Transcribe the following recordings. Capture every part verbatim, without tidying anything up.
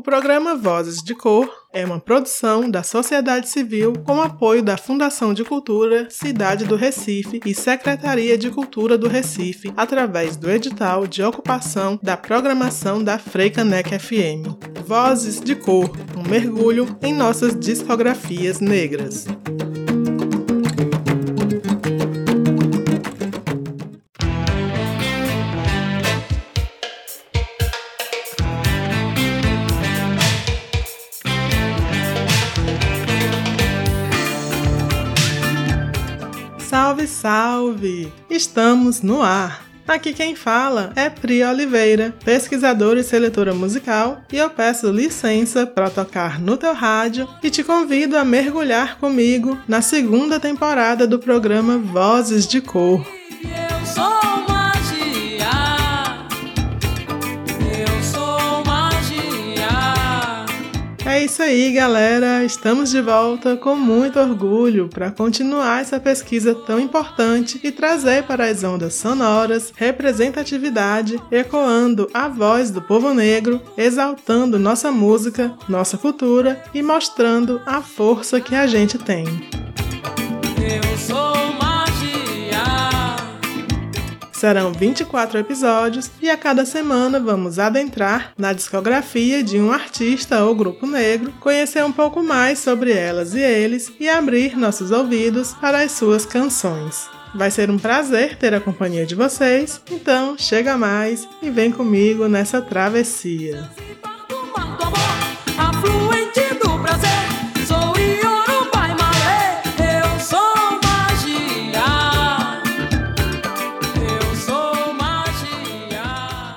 O programa Vozes de Cor é uma produção da sociedade civil com apoio da Fundação de Cultura Cidade do Recife e Secretaria de Cultura do Recife, através do edital de ocupação da programação da Freicanec F M. Vozes de Cor, um mergulho em nossas discografias negras. Salve, salve! Estamos no ar! Aqui quem fala é Pri Oliveira, pesquisadora e seletora musical, e eu peço licença para tocar no teu rádio e te convido a mergulhar comigo na segunda temporada do programa Vozes de Cor. Eu sou magia, eu sou magia. É isso aí, galera! Estamos de volta com muito orgulho para continuar essa pesquisa tão importante e trazer para as ondas sonoras representatividade, ecoando a voz do povo negro, exaltando nossa música, nossa cultura e mostrando a força que a gente tem. Eu sou magia. Serão vinte e quatro episódios e a cada semana vamos adentrar na discografia de um artista ou grupo negro, conhecer um pouco mais sobre elas e eles e abrir nossos ouvidos para as suas canções. Vai ser um prazer ter a companhia de vocês, então chega mais e vem comigo nessa travessia. Afluente do prazer, sou Iorubá e Malê. Eu sou magia, eu sou magia.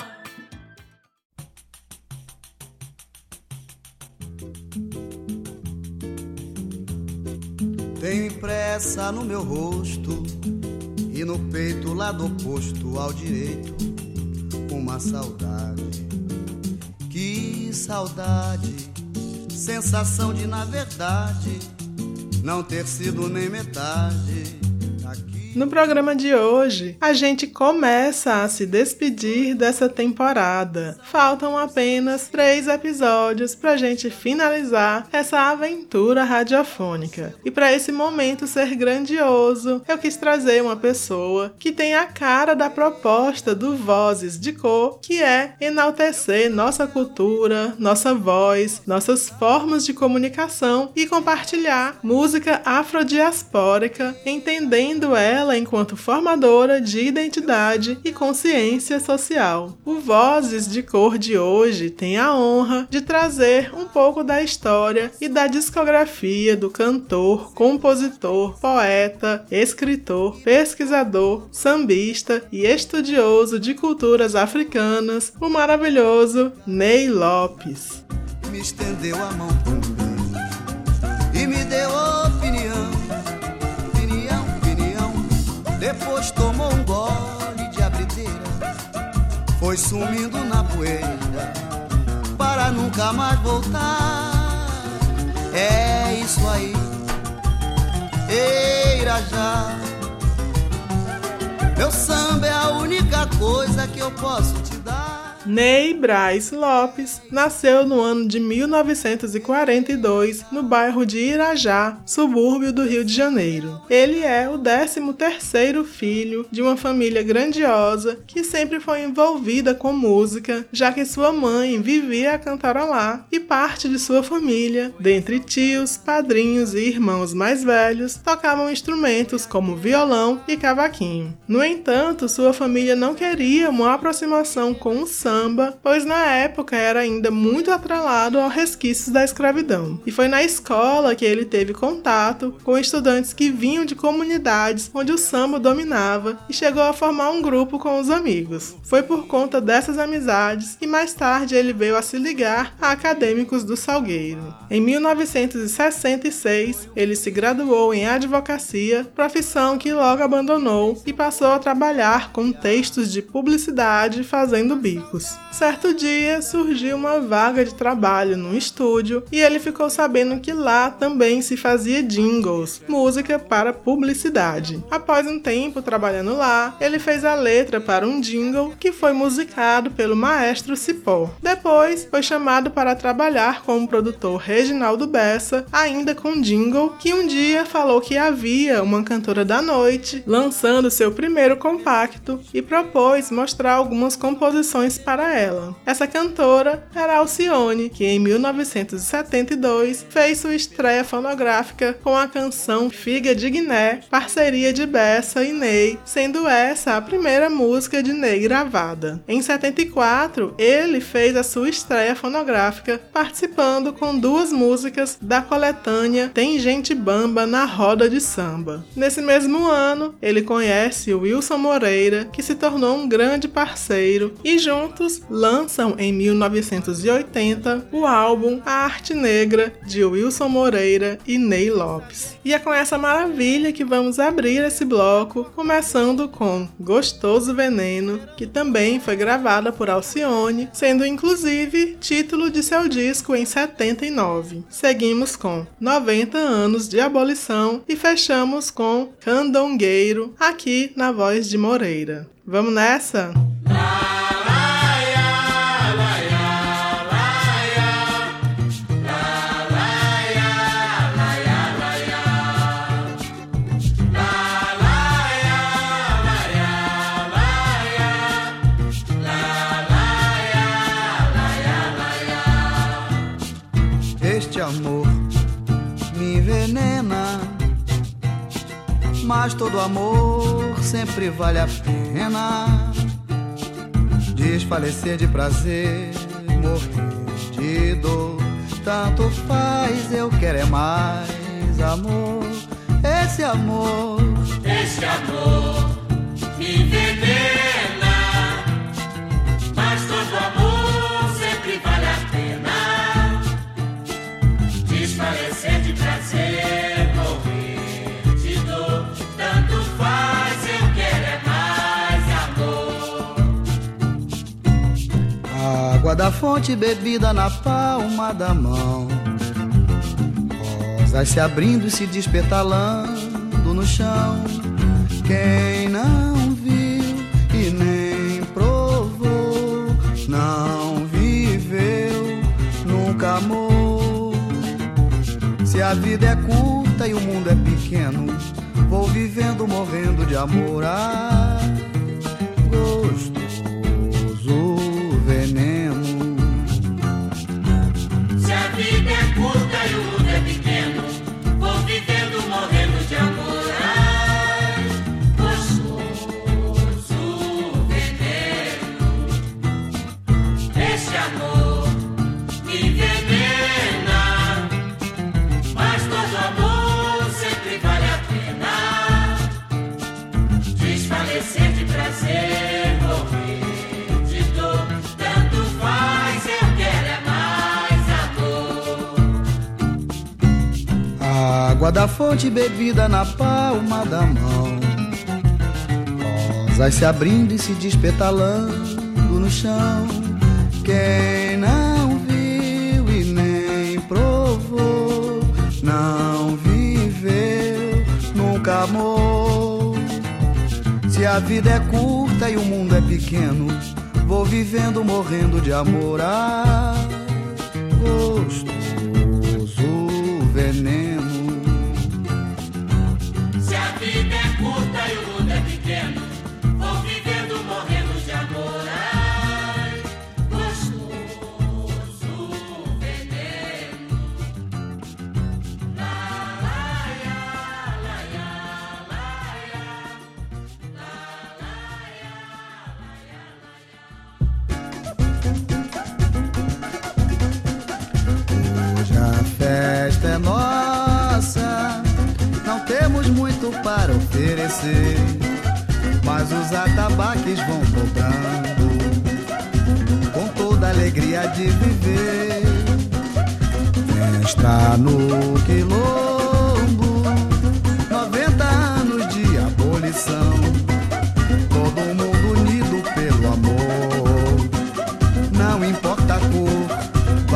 Tenho impressa no meu rosto e no peito lado oposto ao direito uma saudade. Que saudade, sensação de na verdade não ter sido nem metade daqui. No programa de hoje, a gente começa a se despedir dessa temporada. Faltam apenas três episódios pra gente finalizar essa aventura radiofônica. E para esse momento ser grandioso, eu quis trazer uma pessoa que tem a cara da proposta do Vozes de Cor, que é enaltecer nossa cultura, nossa voz, nossas formas de comunicação e compartilhar música afrodiaspórica, entendendo ela enquanto formadora de identidade e consciência social. O Vozes de Cor de hoje tem a honra de trazer um pouco da história e da discografia do cantor, compositor, poeta, escritor, pesquisador, sambista e estudioso de culturas africanas, o maravilhoso Ney Lopes. Me estendeu a mão com um beijo e me deu opinião. Depois tomou um gole de abrideira, foi sumindo na poeira, para nunca mais voltar. É isso aí, ei, Irajá. Meu samba é a única coisa que eu posso te dar. Ney Braz Lopes nasceu no ano de mil novecentos e quarenta e dois no bairro de Irajá, subúrbio do Rio de Janeiro. Ele é o décimo terceiro filho de uma família grandiosa que sempre foi envolvida com música, já que sua mãe vivia a cantarolar e parte de sua família, dentre tios, padrinhos e irmãos mais velhos, tocavam instrumentos como violão e cavaquinho. No entanto, sua família não queria uma aproximação com o samba, pois na época era ainda muito atrelado aos resquícios da escravidão. E foi na escola que ele teve contato com estudantes que vinham de comunidades onde o samba dominava e chegou a formar um grupo com os amigos. Foi por conta dessas amizades que mais tarde ele veio a se ligar a acadêmicos do Salgueiro. Em mil novecentos e sessenta e seis, ele se graduou em advocacia, profissão que logo abandonou e passou a trabalhar com textos de publicidade fazendo bicos. anos. Certo dia, surgiu uma vaga de trabalho num estúdio e ele ficou sabendo que lá também se fazia jingles, música para publicidade. Após um tempo trabalhando lá, ele fez a letra para um jingle que foi musicado pelo maestro Cipó. Depois, foi chamado para trabalhar com o produtor Reginaldo Bessa, ainda com jingle, que um dia falou que havia uma cantora da noite lançando seu primeiro compacto e propôs mostrar algumas composições para ela. Essa cantora era Alcione, que em mil novecentos e setenta e dois fez sua estreia fonográfica com a canção Figa de Guiné, parceria de Bessa e Ney, sendo essa a primeira música de Ney gravada. Em setenta e quatro, ele fez a sua estreia fonográfica, participando com duas músicas da coletânea Tem Gente Bamba na Roda de Samba. Nesse mesmo ano, ele conhece o Wilson Moreira, que se tornou um grande parceiro, e juntos lançam em mil novecentos e oitenta o álbum A Arte Negra, de Wilson Moreira e Ney Lopes. E é com essa maravilha que vamos abrir esse bloco, começando com Gostoso Veneno, que também foi gravada por Alcione, sendo inclusive título de seu disco em setenta e nove. Seguimos com noventa anos de abolição e fechamos com Candongueiro, aqui na voz de Moreira. Vamos nessa? Este amor me envenena, mas todo amor sempre vale a pena. Desfalecer de prazer, morrer de dor, tanto faz, eu quero é mais amor. Esse amor, esse amor me envenena, mas todo amor sempre vale a pena. Desfalecer de prazer, morrer de dor, tanto faz, eu quero é mais amor. água da fonte bebida na palma da mão, rosas se abrindo e se despetalando no chão. Quem não viu e nem provou, não viveu, nunca amou. Se a vida é curta e o mundo é pequeno, vou vivendo, morrendo de amor. Ah, gostoso veneno. Se a vida é curta e o mundo é pequeno, vou vivendo, morrendo de amor. Ai, gostoso veneno. Esse amor me envenena, mas todo amor sempre vale a pena. Desfalecer de prazer, morrer de dor, tanto faz, eu quero é mais amor. Água da fonte bebida na palma da mão, rosas se abrindo e se despetalando no chão. Quem não viu e nem provou, não viveu, nunca amou. Se a vida é curta e o mundo é pequeno, vou vivendo, morrendo de amor. Ah, gostoso veneno. Se a vida é curta e o mundo é pequeno, vou vivendo, morrendo de amor. Ai, gostoso veneno. La, la, ya, la, ya, la, ya. La, la, ya, la, ya, la, ya. Hoje a festa é nossa, não temos muito para oferecer, mas os atabaques vão dobrando, com toda a alegria de viver. Festa no Quilombo, noventa anos de abolição, todo mundo unido pelo amor.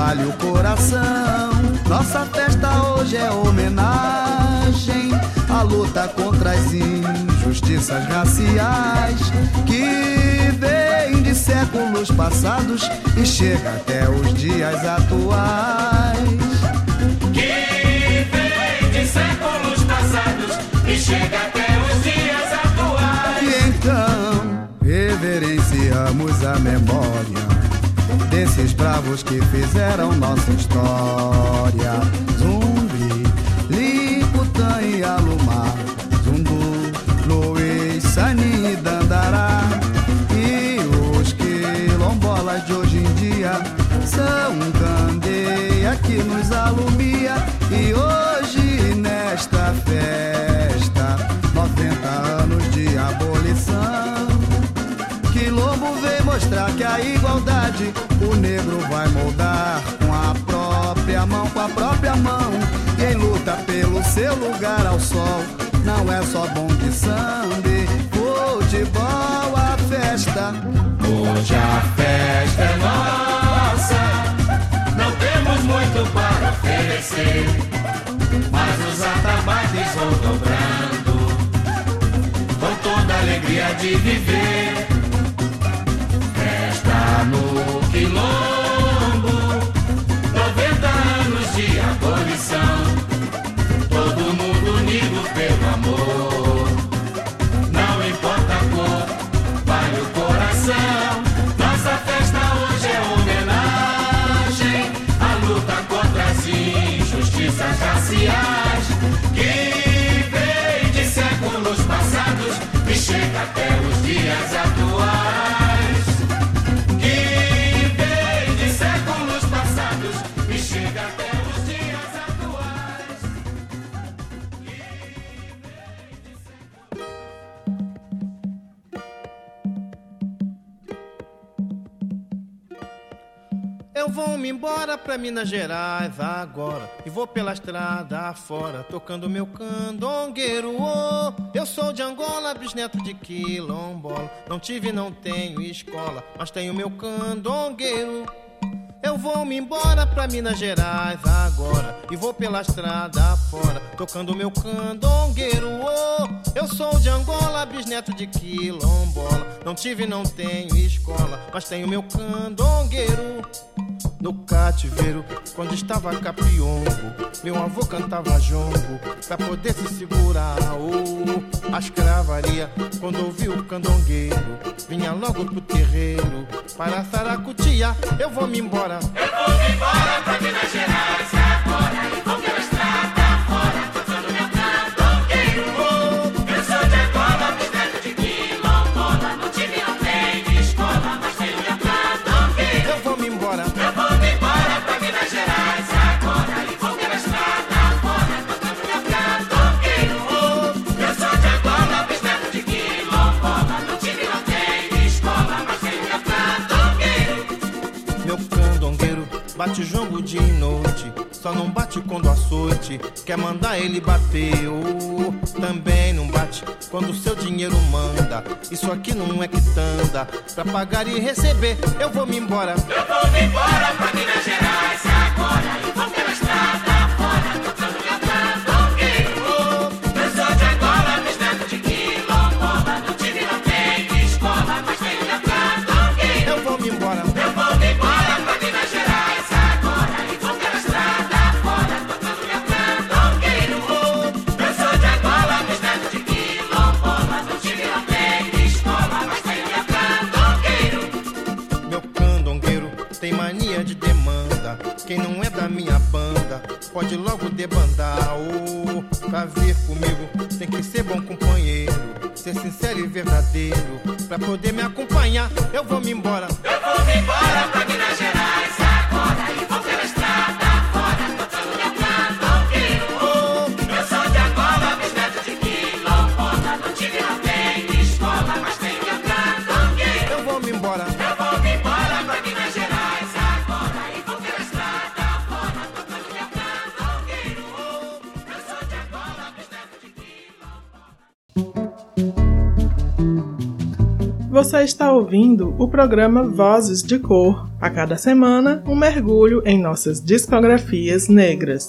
vale o coração. Nossa festa hoje é homenagem à luta contra as injustiças raciais que vem de séculos passados e chega até os dias atuais. Que vem de séculos passados e chega até os dias atuais. E então reverenciamos a memória desses bravos que fizeram nossa história. Zumbi, Liputã e Alumar, Zundu, Luiz, Sani e Dandará. E os quilombolas de hoje em dia são candeia que nos alumia. E hoje nesta festa, noventa anos de abolição, Quilombo vem mostrar que a igualdade o negro vai moldar com a própria mão, com a própria mão. Quem luta pelo seu lugar ao sol não é só bom de samba, futebol, a festa. Hoje a festa é nossa, não temos muito para oferecer, mas os atabaques vão dobrando com toda a alegria de viver. Festa no Quilombo, noventa anos de abolição, todo mundo unido pelo amor. Não importa a cor, vale o coração. Nossa festa hoje é homenagem à luta contra as injustiças raciais que vem de séculos passados e chega até os dias atuais. Que vem de séculos passados e chega até os dias atuais. Eu vou-me embora pra Minas Gerais agora e vou pela estrada afora, tocando meu candongueiro. Oh, eu sou de Angola, bisneto de quilombola. Não tive, não tenho escola, mas tenho meu candongueiro. Eu vou-me embora pra Minas Gerais agora e vou pela estrada afora, tocando meu candongueiro. Oh, eu sou de Angola, bisneto de quilombola. Não tive, não tenho escola, mas tenho meu candongueiro. No cativeiro, quando estava capriongo, meu avô cantava jongo pra poder se segurar. Oh, a escravaria, quando ouviu o candongueiro, vinha logo pro terreiro para Saracutia. Eu vou me embora, eu vou me embora pra Minas Gerais agora e vou pela estrada fora, tocando meu candongueiro. Oh, eu sou de Angola, bisneto de quilombola. Não tive, não tenho escola, mas tenho meu candongueiro. eu vou me embora, Eu vou me embora pra Minas Gerais agora e vou pela estrada fora, tocando meu candongueiro. Oh, eu sou de Angola, bisneto de quilombola. Não tive, não tenho escola, mas tenho meu candongueiro. meu candongueiro bate jongo dia e noite, só não bate quando açoite quer mandar ele bater. Oh, também não bate quando o seu dinheiro manda. Isso aqui não é quitanda pra pagar e receber. Eu vou me embora, Eu vou me embora pra Minas Gerais agora e vou pela estrada fora, tocando meu candongueiro. Oh, eu sou de Angola, bisneto de quilombola. Não tive, não tenho escola, mas tenho meu candongueiro. eu vou me embora, Eu vou me embora pra Minas Gerais agora e vou pela estrada fora, tocando meu candongueiro. Oh, eu sou de Angola, bisneto de quilombola. Não tive, não tenho escola, mas tenho meu candongueiro. meu candongueiro tem mania de demanda. Quem não é da minha banda pode logo debandar. Oh, pra vir comigo tem que ser bom companheiro, ser sincero e verdadeiro pra poder me acompanhar. Eu vou me embora, Eu vou me embora pra Minas Gerais agora e vou pela estrada fora, tocando meu candongueiro. Oh, eu sou de Angola, bisneto de quilombola. Não tive, não tenho escola, mas tenho meu candongueiro. eu vou me embora, Eu vou me embora pra Minas Gerais agora e vou pela estrada fora, tocando meu candongueiro. Oh, eu sou de Angola, bisneto de quilombola. Você está ouvindo o programa Vozes de Cor. A cada semana, um mergulho em nossas discografias negras.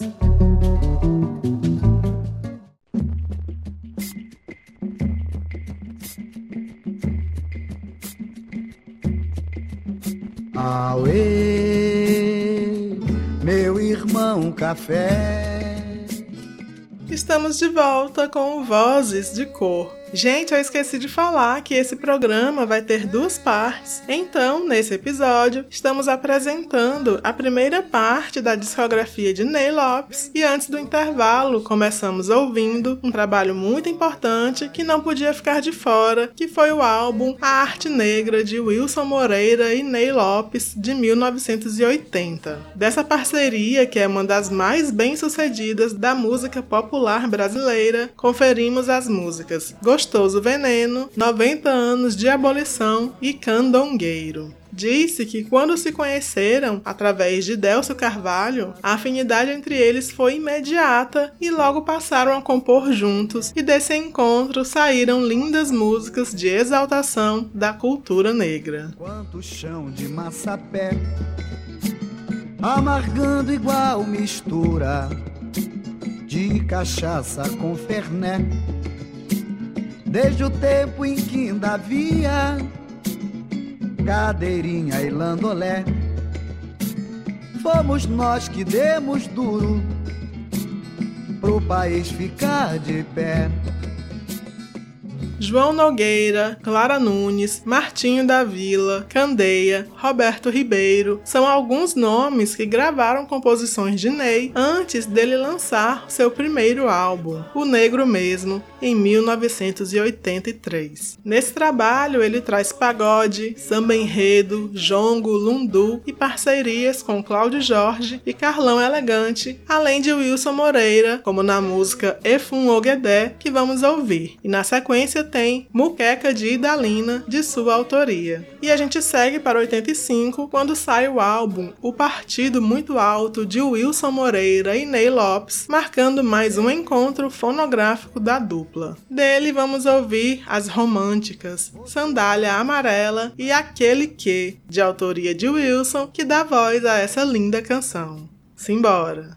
Auê, meu irmão café. Estamos de volta com Vozes de Cor. Gente, eu esqueci de falar que esse programa vai ter duas partes. Então, nesse episódio, estamos apresentando a primeira parte da discografia de Ney Lopes e antes do intervalo, começamos ouvindo um trabalho muito importante que não podia ficar de fora, que foi o álbum A Arte Negra de Wilson Moreira e Ney Lopes, de mil novecentos e oitenta. Dessa parceria, que é uma das mais bem-sucedidas da música popular brasileira, conferimos as músicas Gostoso Veneno, noventa anos de abolição e Candongueiro. Disse que quando se conheceram, através de Délcio Carvalho, a afinidade entre eles foi imediata e logo passaram a compor juntos, e desse encontro saíram lindas músicas de exaltação da cultura negra. Quanto chão de massapé, amargando igual mistura de cachaça com ferné. Desde o tempo em que ainda havia cadeirinha e landolé, fomos nós que demos duro pro país ficar de pé. João Nogueira, Clara Nunes, Martinho da Vila, Candeia, Roberto Ribeiro são alguns nomes que gravaram composições de Ney antes dele lançar seu primeiro álbum, O Negro Mesmo, em mil novecentos e oitenta e três. Nesse trabalho ele traz pagode, samba enredo, jongo, lundu e parcerias com Cláudio Jorge e Carlão Elegante, além de Wilson Moreira, como na música Efun Ogedé, que vamos ouvir, e na sequência tem Muqueca de Idalina, de sua autoria. E a gente segue para oitenta e cinco, quando sai o álbum O Partido Muito Alto, de Wilson Moreira e Ney Lopes, marcando mais um encontro fonográfico da dupla. Dele vamos ouvir As Românticas, Sandália Amarela e Aquele Que, de autoria de Wilson, que dá voz a essa linda canção. Simbora!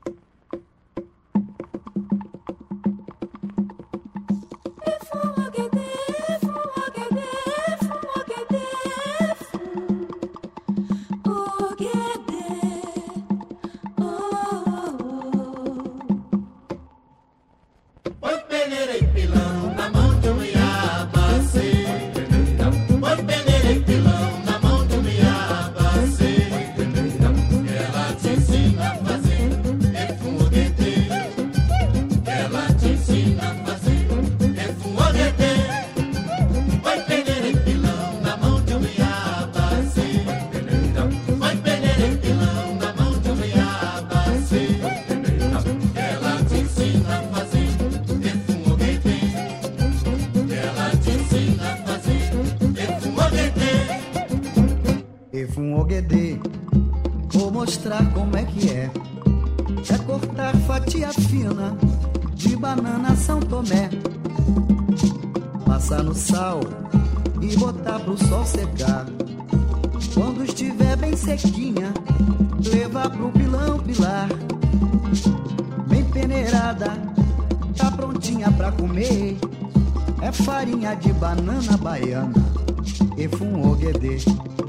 Vou mostrar como é que é. É cortar fatia fina de banana São Tomé, passar no sal e botar pro sol secar. Quando estiver bem sequinha, levar pro pilão pilar. Bem peneirada, tá prontinha pra comer. É farinha de banana baiana, Efun Ogedê.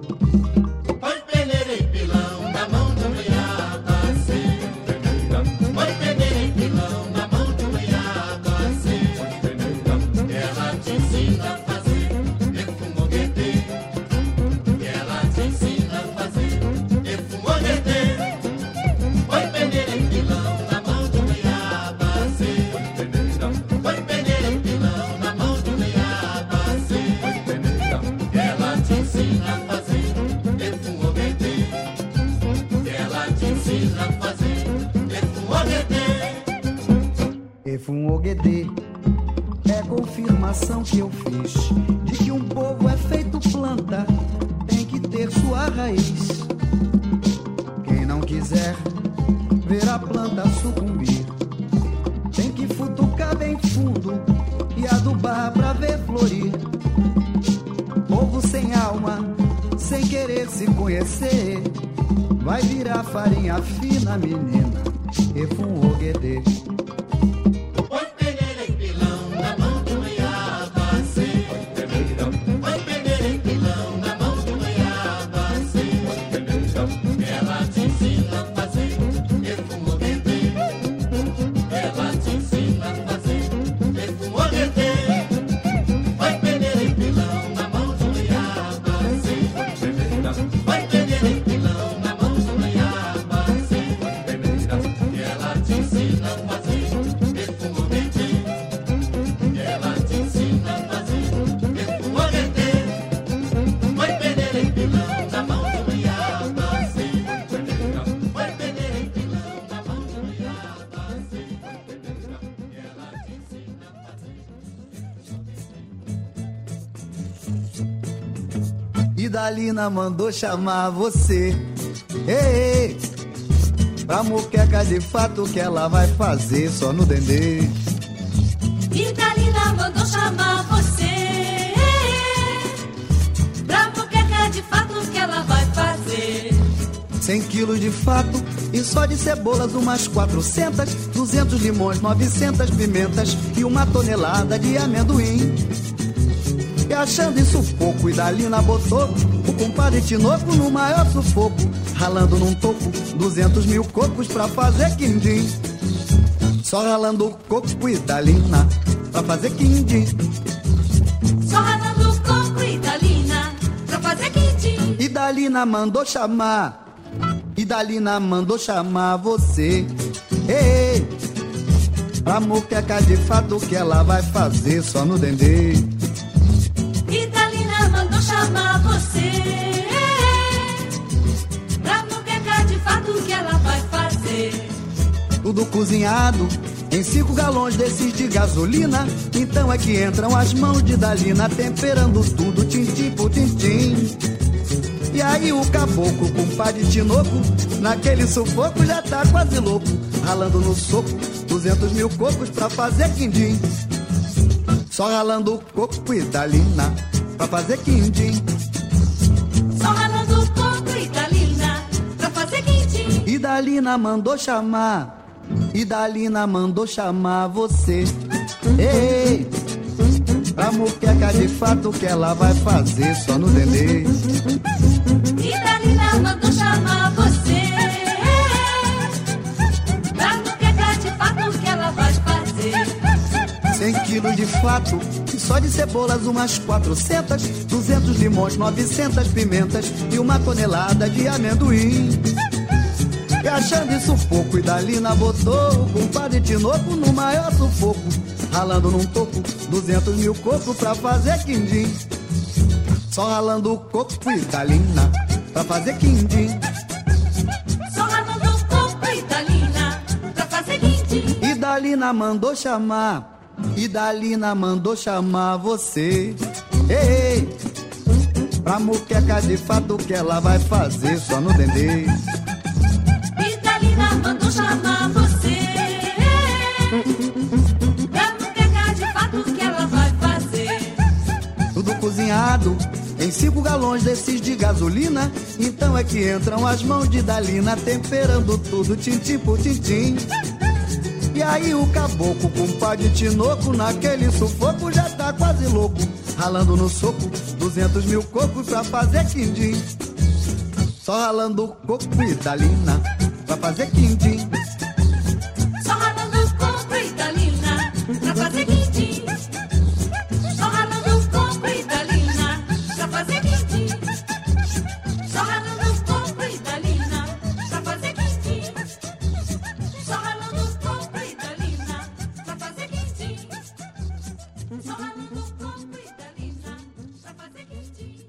Efun Ogedê é confirmação que eu fiz de que um povo é feito planta, tem que ter sua raiz. Quem não quiser ver a planta sucumbir, tem que futucar bem fundo e adubar pra ver florir. querer se conhecer. Vai virar farinha fina, menina, e funhoguedê. Oi, peguei pilão na mão do Iabacê. Oi, peguei pilão na mão do Iabacê. Ela te ensina a fazer perfumoguetê. Ela te ensina a fazer perfumoguetê. Oi, peguei pilão na mão do Iabacê. Oi, peguei pilão na mão do Iabacê. Ela te ensina a fazer perfumoguetê. Ela te ensina a fazer perfumoguetê. Oi, peguei pilão na mão do Iabacê. Oi, peguei pilão na mão do Iabacê. Ela te ensina a fazer. E Dalina mandou chamar você. Ei, ei, pra moqueca de fato que ela vai fazer só no dendê. E Dalina mandou chamar você pra moqueca de fato que ela vai fazer. Cem quilos de fato e só de cebolas umas quatrocentas, duzentos limões, novecentas pimentas e uma tonelada de amendoim. E achando isso pouco, e Dalina botou o compadre Tinoco no maior sufoco, ralando num toco duzentos mil cocos pra fazer quindim. Só ralando o coco e Dalina pra fazer quindim. Só ralando o coco e Dalina pra fazer quindim. E Dalina mandou chamar, e Dalina mandou chamar você. Ei, pra moqueca de fato que ela vai fazer só no dendê. E Dalina mandou chamar você pra moqueca de fato que ela vai fazer. Tudo cozinhado em cinco galões desses de gasolina. Então é que entram as mãos de Dalina, temperando tudo, tintim por tintim. E aí o caboclo, compadre Tinoco, naquele sufoco já tá quase louco, ralando no soco duzentos mil cocos pra fazer quindim. Só ralando o coco e Dalina pra fazer quindim. Só ralando o coco e Dalina pra fazer quindim. E Dalina mandou chamar, e Dalina mandou chamar você. Ei, pra moqueca de fato que ela vai fazer só no dendê. E Dalina mandou chamar você pra moqueca de fato que ela vai fazer. Cem quilos de fato e só de cebolas umas quatrocentas, duzentos limões, novecentas pimentas e uma tonelada de amendoim. E achando isso pouco, e Dalina botou o compadre Tinoco no maior sufoco, ralando num toco duzentos mil cocos pra fazer quindim. Só ralando o coco e Dalina pra fazer quindim. Só ralando o coco e Dalina pra fazer quindim. E Dalina mandou chamar, e Dalina mandou chamar você. Ei, pra moqueca de fato que ela vai fazer só no dendê. E Dalina mandou chamar você pra moqueca de fato que ela vai fazer. Tudo cozinhado em cinco galões desses de gasolina. Então é que entram as mãos de Dalina, temperando tudo, tintim por tintim. E aí o caboclo, compadre Tinoco, naquele sufoco já tá quase louco, ralando no soco duzentos mil cocos pra fazer quindim. Só ralando o coco e Dalina pra fazer quindim. Só ralando o coco e Dalina pra fazer quindim. Só ralando o coco e Dalina pra fazer quindim. Só ralando o coco e Dalina pra fazer quindim. Só ralando o coco e Dalina pra fazer quindim. Só ralando o coco e Dalina pra fazer quindim.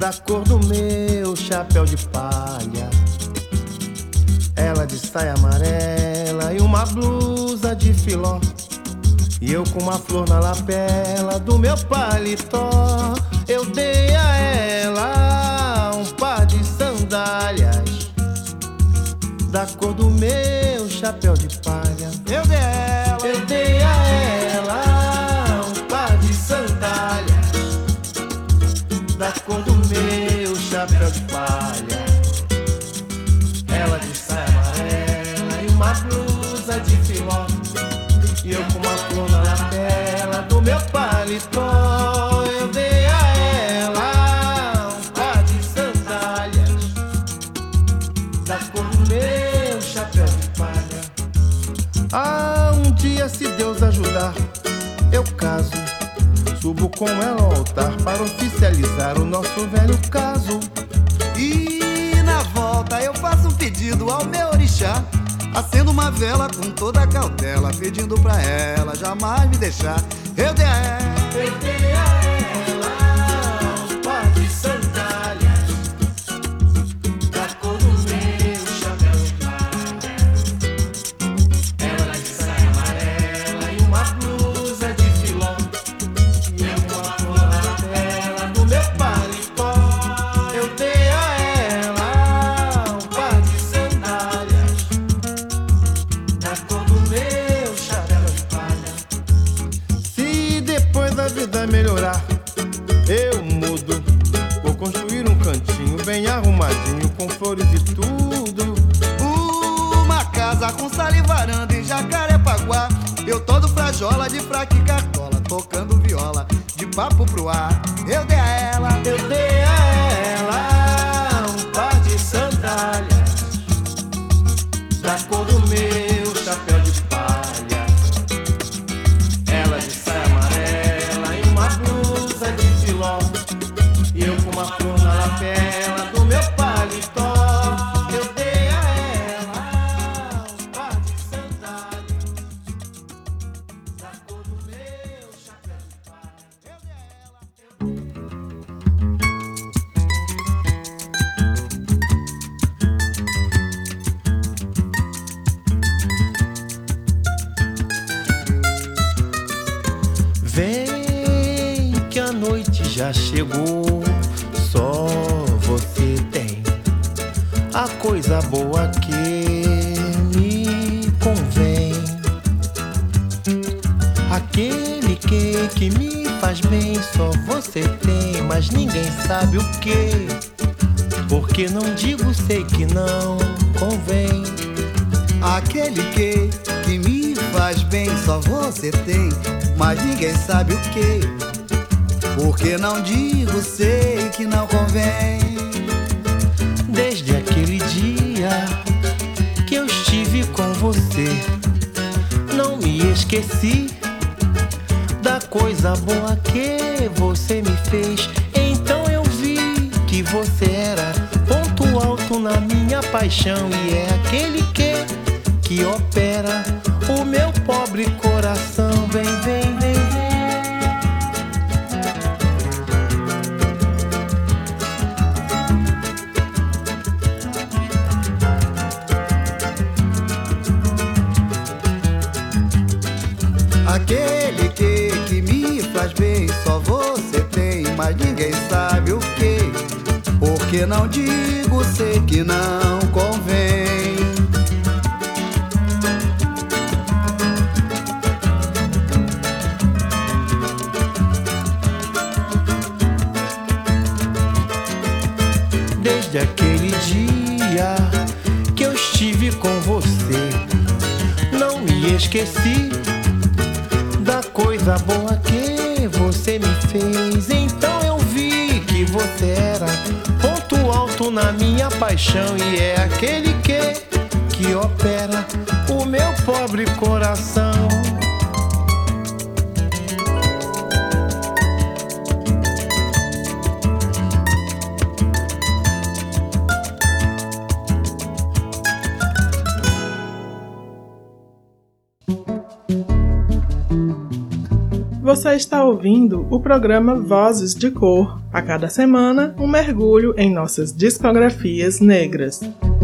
da cor do meu chapéu de palha. Ela de saia amarela e uma blusa de filó, e eu com uma flor na lapela do meu paletó. Eu dei a ela um par de sandálias da cor do meu chapéu de palha. Eu dei a ela, eu dei a ela um par de sandálias da cor do meu chapéu de palha. Ela de saia amarela e uma blusa de filó, e eu com uma flor na lapela do meu paletó. Eu dei a ela um par de sandálias da cor do meu chapéu de palha. Ah, um dia, se Deus ajudar, eu caso, subo com ela ao altar para oficializar o nosso velho caso. E na volta eu faço um pedido ao meu orixá, acendo uma vela com toda a cautela, pedindo pra ela jamais me deixar. Eu dei a ela, eu dei a ela um par de sandálias da cor do meu chapéu de palha. Ela de saia amarela e uma blusa de filó, e eu com a flor na lapela do meu paletó. Eu dei a ela um par de sandálias da cor do meu chapéu de palha. Se depois da vida melhorar, eu mudo, vou construir um cantinho bem arrumadinho, com flores e tudo. uma casa com sala e varanda em Jacarepaguá. Eu todo frajola de fraque e cartola, tocando viola de papo pro ar. Eu dei a ela, Eu dei a ela um par de sandálias da cor do meu chapéu de palha. Ela de saia amarela e uma blusa de filó, e eu com uma flor na lapela do meu paletó. Eu dei a ela um par de sandálias da cor do meu chapéu de palha. Eu dei a ela, eu... Vem que a noite já chegou, só você tem a coisa boa que me convém. Aquele que, que me faz bem, só você tem, mas ninguém sabe o que. Porque não digo, sei que não convém. aquele que, que me faz bem, só você tem, mas ninguém sabe o que. Porque não digo, sei que não convém. Desde aquele dia que eu estive com você, não me esqueci da coisa boa que você me fez. Então eu vi que você era ponto alto na minha paixão, e é aquele que, que opera o meu pobre coração. Vem, vem, vem, vem. Aquele que, que me faz bem, só você tem, mas ninguém sabe o que. Porque não digo, sei que não convém. Desde aquele dia que eu estive com você, não me esqueci da coisa boa que você me fez. Então eu vi que você era ponto alto na minha paixão, e é aquele que, que opera o meu pobre coração. Você está ouvindo o programa Vozes de Cor. A cada semana, um mergulho em nossas discografias negras.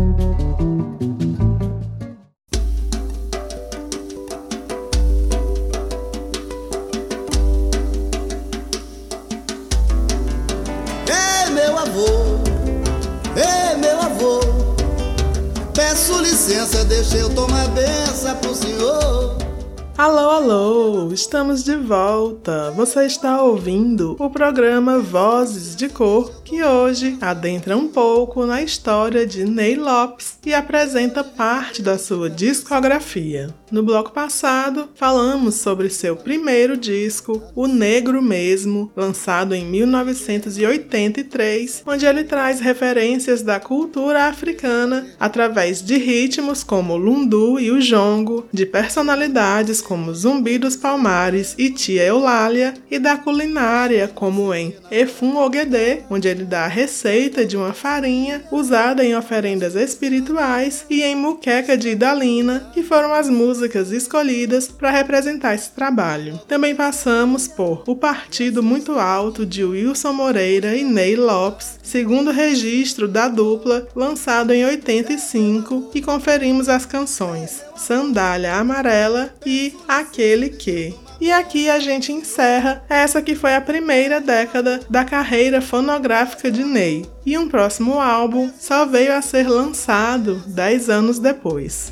Ei, meu avô, ei, meu avô, peço licença, deixa eu tomar benção pro senhor. Alô, alô, estamos de volta. Você está ouvindo o programa Vozes de Cor, que hoje adentra um pouco na história de Ney Lopes e apresenta parte da sua discografia. No bloco passado, falamos sobre seu primeiro disco, O Negro Mesmo, lançado em mil novecentos e oitenta e três, onde ele traz referências da cultura africana através de ritmos como o lundu e o jongo, de personalidades como Zumbi dos Palmares e Tia Eulália, e da culinária como em Efun Ogedê, onde ele dá a receita de uma farinha usada em oferendas espirituais, e em Muqueca de Idalina, que foram as músicas escolhidas para representar esse trabalho. Também passamos por O Partido Muito Alto, de Wilson Moreira e Ney Lopes, segundo registro da dupla, lançado em oitenta e cinco, e conferimos as canções Sandália Amarela e Aquele Que. E aqui a gente encerra essa que foi a primeira década da carreira fonográfica de Ney, e um próximo álbum só veio a ser lançado dez anos depois.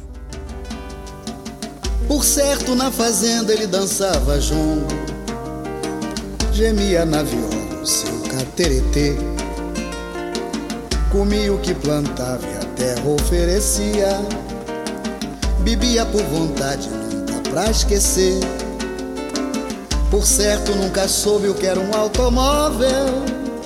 Por certo, na fazenda ele dançava jongo, gemia na viola o seu cateretê, comia o que plantava e a terra oferecia, bebia por vontade, nunca pra esquecer. Por certo, nunca soube o que era um automóvel,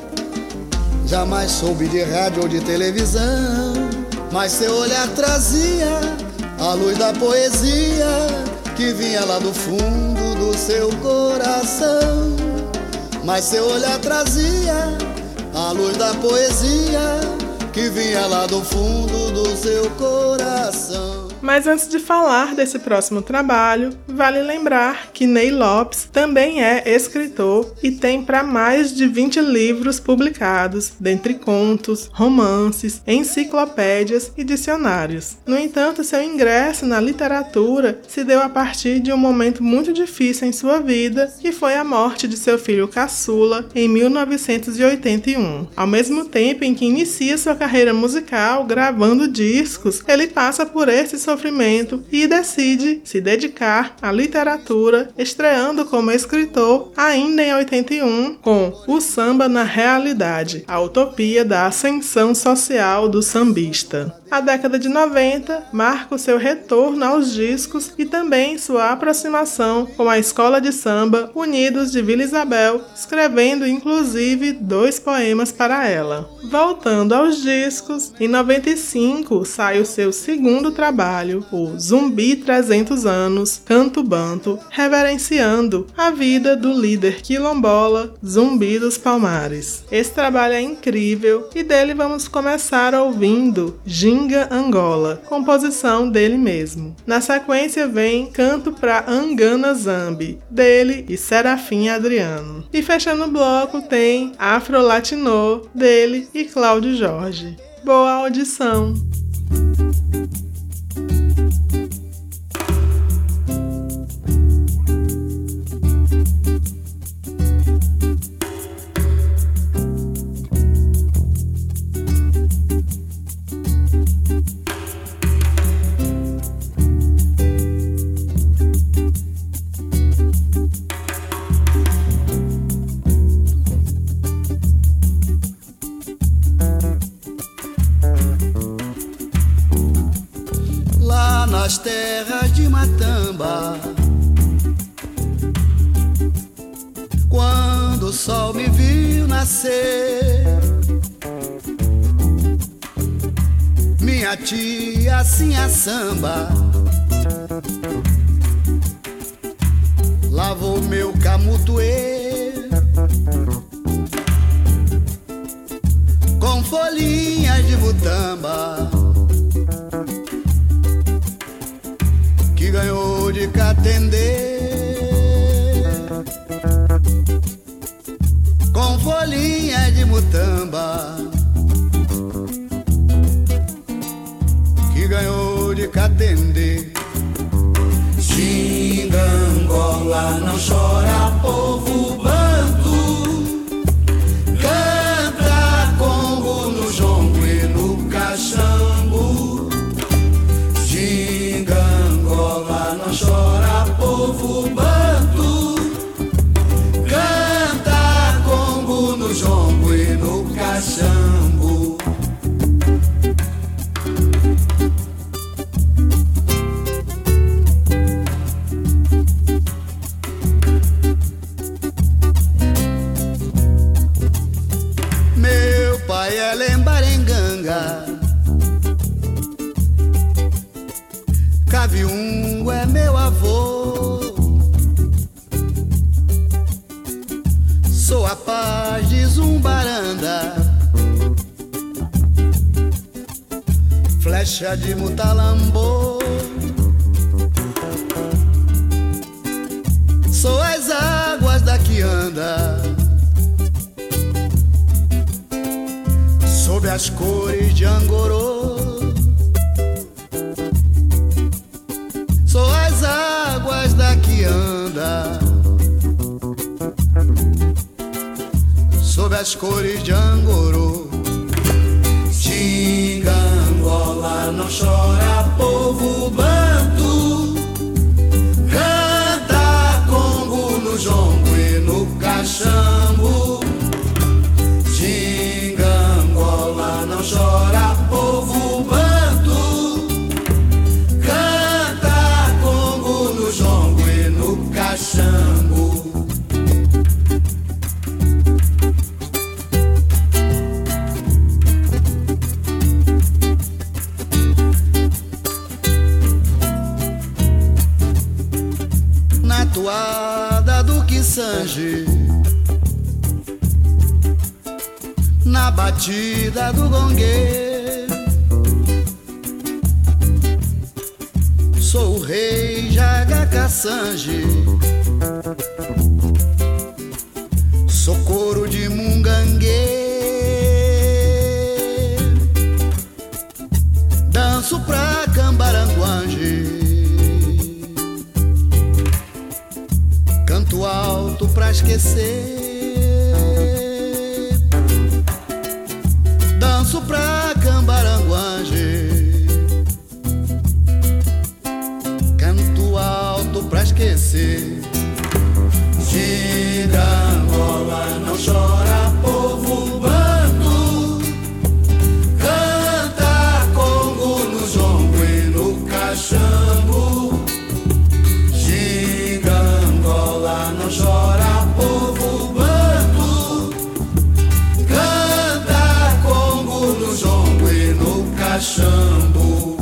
jamais soube de rádio ou de televisão, mas seu olhar trazia a luz da poesia que vinha lá do fundo do seu coração. Mas seu olhar trazia a luz da poesia que vinha lá do fundo do seu coração. Mas antes de falar desse próximo trabalho, vale lembrar que Ney Lopes também é escritor e tem para mais de vinte livros publicados, dentre contos, romances, enciclopédias e dicionários. No entanto, seu ingresso na literatura se deu a partir de um momento muito difícil em sua vida, que foi a morte de seu filho caçula em mil novecentos e oitenta e um. Ao mesmo tempo em que inicia sua carreira musical gravando discos, ele passa por esse sofrimento e decide se dedicar à literatura, estreando como escritor ainda em oitenta e um com O Samba na Realidade, a utopia da ascensão social do sambista. A década de noventa marca o seu retorno aos discos e também sua aproximação com a escola de samba Unidos de Vila Isabel, escrevendo inclusive dois poemas para ela. Voltando aos discos, em noventa e cinco sai o seu segundo trabalho, o Zumbi trezentos anos, Canto Banto, reverenciando a vida do líder quilombola Zumbi dos Palmares. Esse trabalho é incrível e dele vamos começar ouvindo Ginga Angola, composição dele mesmo. Na sequência vem Canto pra Angana Zambi, dele e Serafim Adriano. E fechando o bloco tem Afro Latino, dele e Cláudio Jorge. Boa audição! Nas terras de Matamba, quando o sol me viu nascer, minha tia assim a samba lavou meu camutuê com folhinhas de mutamba que ganhou de catendê. Caritamba, que ganhou de Catendê. Xingangola, não chora, povo banto, canta Congo no jongo e no caxambu. Xingangola, não chora, povo banto, canta Congo no jongo e no caxambu. Meu pai é Lembarenganga, Caviungo é meu avô. Sou a paz de Zumbaranda, flecha de Mutalambô. Sou as águas da Quianda, sob as cores de Angorô. Sou as águas da Quianda, sob as cores de Angorô. Xingangola, não chora, povo banto, canta Congo no jongo e no caxambu. Xingangola, não chora, povo banto, canta Congo no jongo e no caxambu. Na toada do Kissange, na batida do gongue, sou o rei Jaga Cassange, sou couro de Mungangue, danço pra Cambaranguange, canto alto pra esquecer, danço pra Cambaranguange, canto alto pra esquecer. Xingangola, não chora, povo banto, canta Congo no jongo e no caxambu. Xingangola, não chora, povo banto, canta Congo no jongo e no caxambu.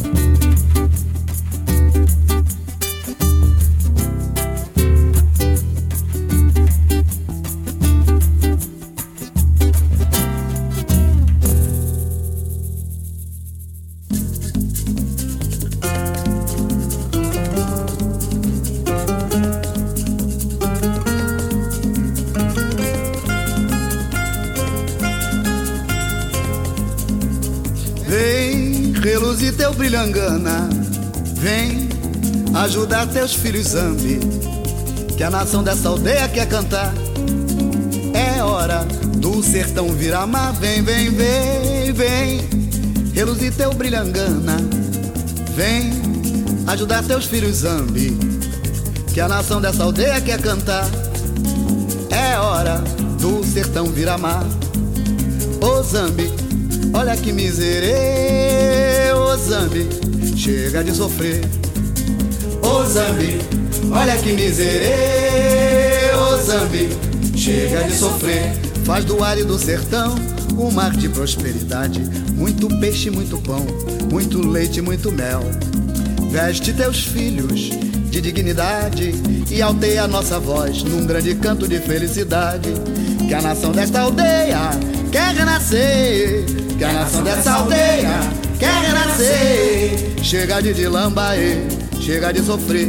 Vem reluzir teu brilhangana, vem ajudar teus filhos Zambi, que a nação dessa aldeia quer cantar. É hora do sertão virar mar. Vem, vem, vem, vem reluzir teu brilhangana, vem ajudar teus filhos Zambi, que a nação dessa aldeia quer cantar. É hora do sertão virar mar. Ô Zambi, olha que miserê, ô Zambi, chega de sofrer. Ô Zambi, olha que miserê, ô Zambi, chega de sofrer. Faz do ar e do sertão um mar de prosperidade, muito peixe, muito pão, muito leite, muito mel. Veste teus filhos de dignidade e alteia a nossa voz num grande canto de felicidade. Que a nação desta aldeia quer renascer, que a nação dessa aldeia quer renascer. Chega de dilambaê, chega de sofrer,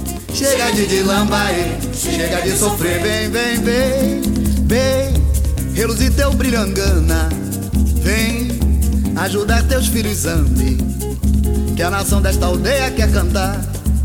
chega de dilambaê, chega de sofrer. Vem, vem, vem, vem reluzir teu brilhangana. Vem ajudar teus filhos zambi, que a nação desta aldeia quer cantar.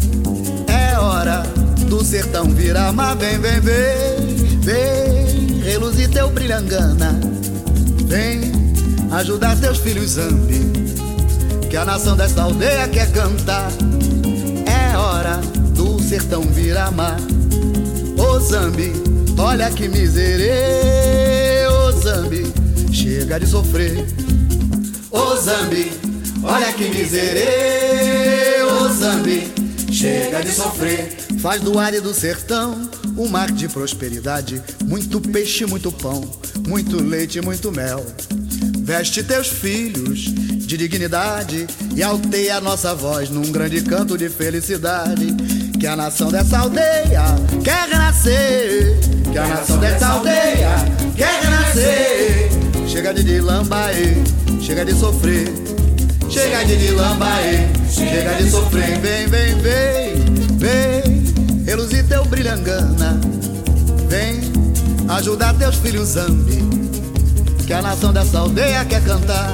É hora do sertão virar mar. Vem, vem, vem, vem reluzir teu brilhangana. Vem ajudar teus filhos zambi, que a nação desta aldeia quer cantar. É hora do sertão virar mar. Ô Zambi, olha que miserê. Ô Zambi, chega de sofrer. Ô Zambi, olha que miserê. Ô Zambi, chega de sofrer. Faz do ar e do sertão um mar de prosperidade. Muito peixe, muito pão, muito leite, muito mel. Veste teus filhos de dignidade e alteia a nossa voz num grande canto de felicidade. Que a nação dessa aldeia quer renascer. Que a nação dessa aldeia quer renascer. Chega de dilambaê, chega de sofrer. Chega de dilambaê, chega de sofrer. Vem, vem, vem, vem reluzir teu brilhangana. Vem ajudar teus filhos zambi, que a nação dessa aldeia quer cantar.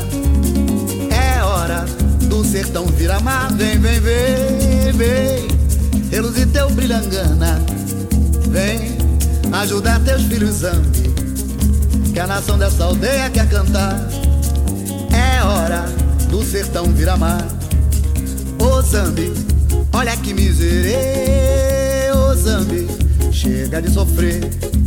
É hora do sertão virar mar. Vem, vem, vem, vem reluzir teu brilhangana. Vem ajudar teus filhos zambi, que a nação dessa aldeia quer cantar. É hora do sertão virar mar. Ô Zambi, olha que miserê. Ô Zambi, chega de sofrer.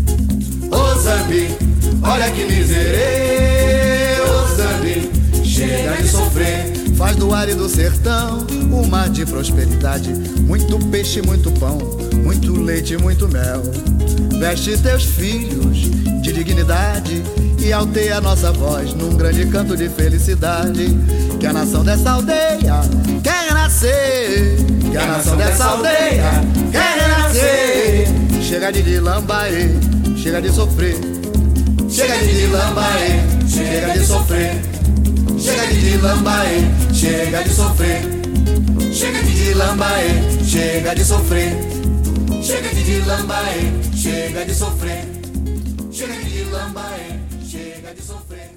Ô Zambi, olha que miserê. Ô Zambi, chega de sofrer. Faz do ar e do sertão um mar de prosperidade. Muito peixe, muito pão, muito leite, muito mel. Veste teus filhos de dignidade e alteia a nossa voz num grande canto de felicidade. Que a nação dessa aldeia quer renascer. Que a nação dessa aldeia quer renascer. Chega de dilambaê, chega de sofrer. Chega de dilambaê, chega de sofrer. Chega de dilambaê, chega de sofrer. Chega de dilambaê, chega de sofrer. Chega de dilambaê, chega de sofrer. Chega de dilambaê, chega de sofrer.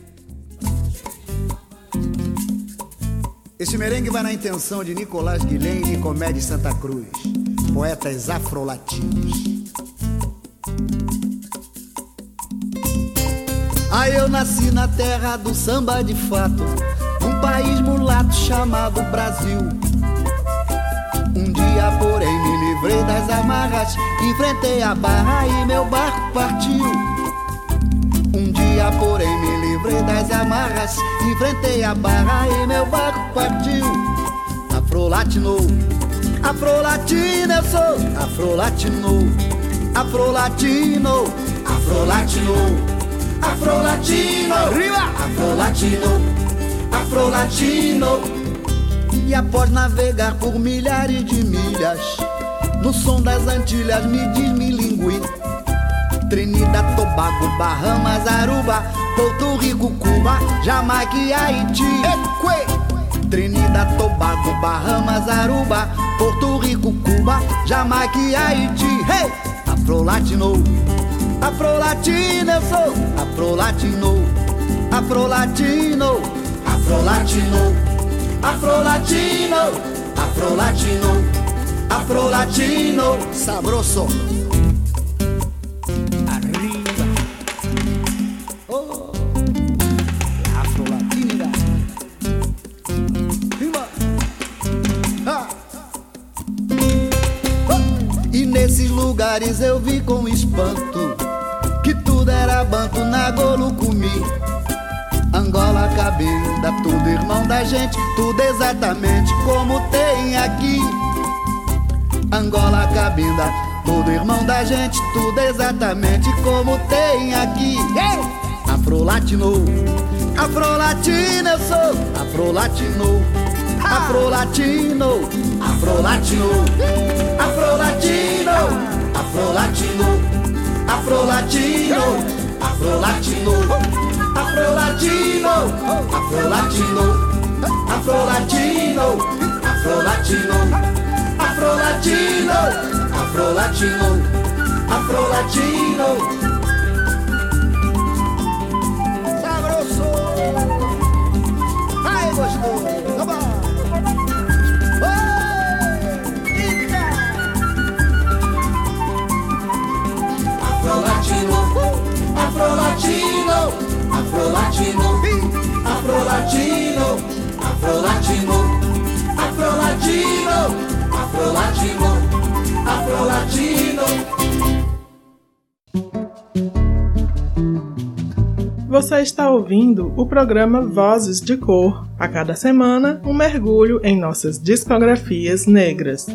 Este merengue vai na intenção de Nicolás Guilhem e Comédia Santa Cruz, poetas afrolatinos. Ah, eu nasci na terra do samba de fato, num país mulato chamado Brasil. Um dia, porém, me livrei das amarras, enfrentei a barra e meu barco partiu. Um dia, porém, me livrei das amarras, enfrentei a barra e meu barco partiu. Afrolatino, afrolatino eu sou, afrolatino, afrolatino, afrolatino. Afrolatino, afrolatino, afrolatino. E após navegar por milhares de milhas, no som das Antilhas me desmilingüi. Trinidad, Tobago, Bahamas, Aruba, Porto Rico, Cuba, Jamaica e Haiti. Trinidad, Tobago, Bahamas, Aruba, Porto Rico, Cuba, Jamaica e Haiti. Hey! Afrolatino, afrolatino eu sou, afrolatino, afrolatino, afrolatino, afrolatino, afrolatino, afrolatino, sabroso. Arriba, oh, afrolatina, arriba, ah. Oh. E nesses lugares eu vi com espanto que tudo era banto na Golocumi. Angola, Cabinda, tudo irmão da gente, tudo exatamente como tem aqui. Angola, Cabinda, tudo irmão da gente, tudo exatamente como tem aqui. Afrolatino, afrolatino eu sou, afrolatino, afrolatino, afrolatino, afrolatino, afrolatino. Afrolatino, afrolatino, afrolatino, afrolatino, afrolatino, afrolatino, afrolatino, afrolatino, afrolatino. Você está ouvindo o programa Vozes de Cor. A cada semana, um mergulho em nossas discografias negras.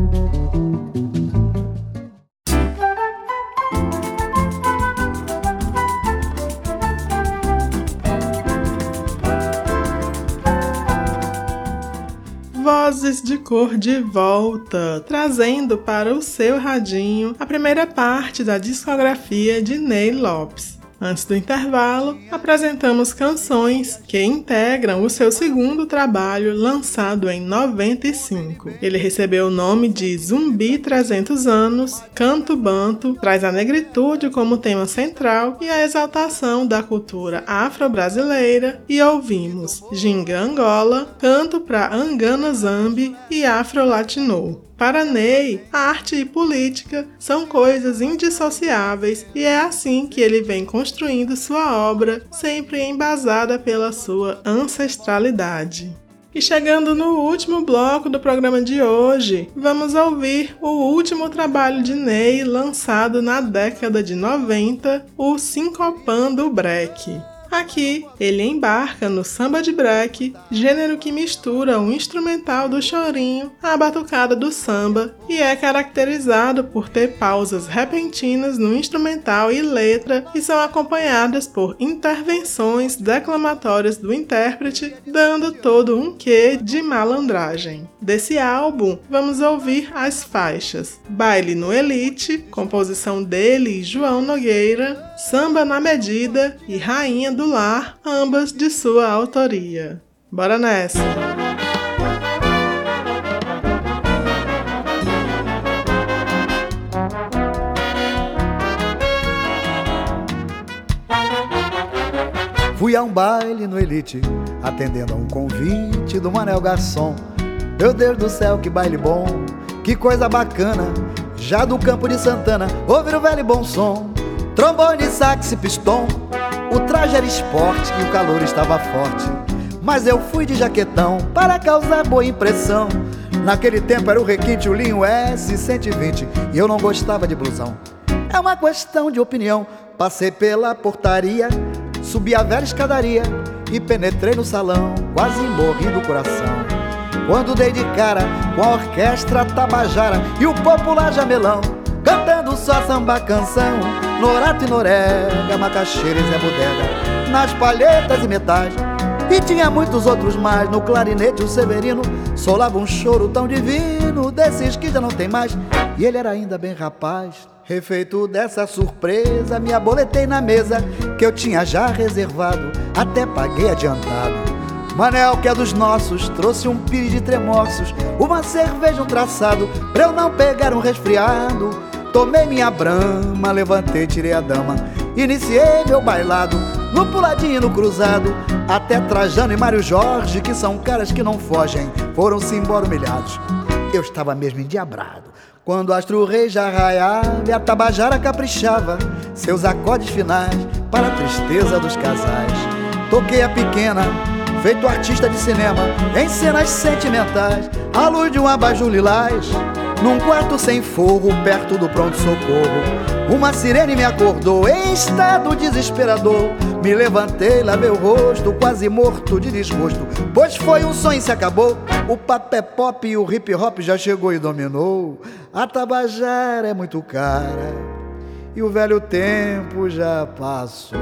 Vozes de Cor de volta, trazendo para o seu radinho a primeira parte da discografia de Ney Lopes. Antes do intervalo, apresentamos canções que integram o seu segundo trabalho, lançado em noventa e cinco. Ele recebeu o nome de Zumbi trezentos anos, Canto Banto, traz a negritude como tema central e a exaltação da cultura afro-brasileira, e ouvimos Ginga Angola, Canto pra Angana Zambi e Afro-Latino. Para Ney, a arte e política são coisas indissociáveis e é assim que ele vem construindo sua obra, sempre embasada pela sua ancestralidade. E chegando no último bloco do programa de hoje, vamos ouvir o último trabalho de Ney lançado na década de noventa, o Sincopando Break. Aqui, ele embarca no samba de break, gênero que mistura o instrumental do chorinho à batucada do samba e é caracterizado por ter pausas repentinas no instrumental e letra e são acompanhadas por intervenções declamatórias do intérprete, dando todo um quê de malandragem. Desse álbum, vamos ouvir as faixas Baile no Elite, composição dele e João Nogueira, Samba na Medida e Rainha do Lar, ambas de sua autoria. Bora nessa! Fui a um baile no Elite, atendendo a um convite do Manel Garçom. Meu Deus do céu, que baile bom, que coisa bacana. Já do Campo de Santana, ouvir o velho e bom som. Trombone, sax e pistão. O traje era esporte e o calor estava forte, mas eu fui de jaquetão para causar boa impressão. Naquele tempo era o requinte, o linho S cento e vinte, e eu não gostava de blusão. É uma questão de opinião. Passei pela portaria, subi a velha escadaria e penetrei no salão, quase morri do coração. Quando dei de cara com a orquestra Tabajara e o popular jamelão, cantando só samba canção, Norato e Norega, Macaxeira e Zé Bodega, nas palhetas e metais. E tinha muitos outros mais, no clarinete o Severino solava um choro tão divino, desses que já não tem mais. E ele era ainda bem rapaz. Refeito dessa surpresa, me aboletei na mesa que eu tinha já reservado, até paguei adiantado. Manel, que é dos nossos, trouxe um pires de tremorsos, uma cerveja, um traçado, pra eu não pegar um resfriado. Tomei minha brama, levantei, tirei a dama, iniciei meu bailado, no puladinho e no cruzado. Até Trajano e Mário Jorge, que são caras que não fogem, foram-se embora humilhados. Eu estava mesmo endiabrado, quando o astro rei já raiava e a Tabajara caprichava seus acordes finais para a tristeza dos casais. Toquei a pequena, feito artista de cinema, em cenas sentimentais, à luz de um abajur lilás, num quarto sem forro, perto do pronto-socorro. Uma sirene me acordou em estado desesperador. Me levantei, lavei o rosto, quase morto de desgosto, pois foi um sonho e se acabou. O papé pop e o hip hop já chegou e dominou. A Tabajara é muito cara e o velho tempo já passou.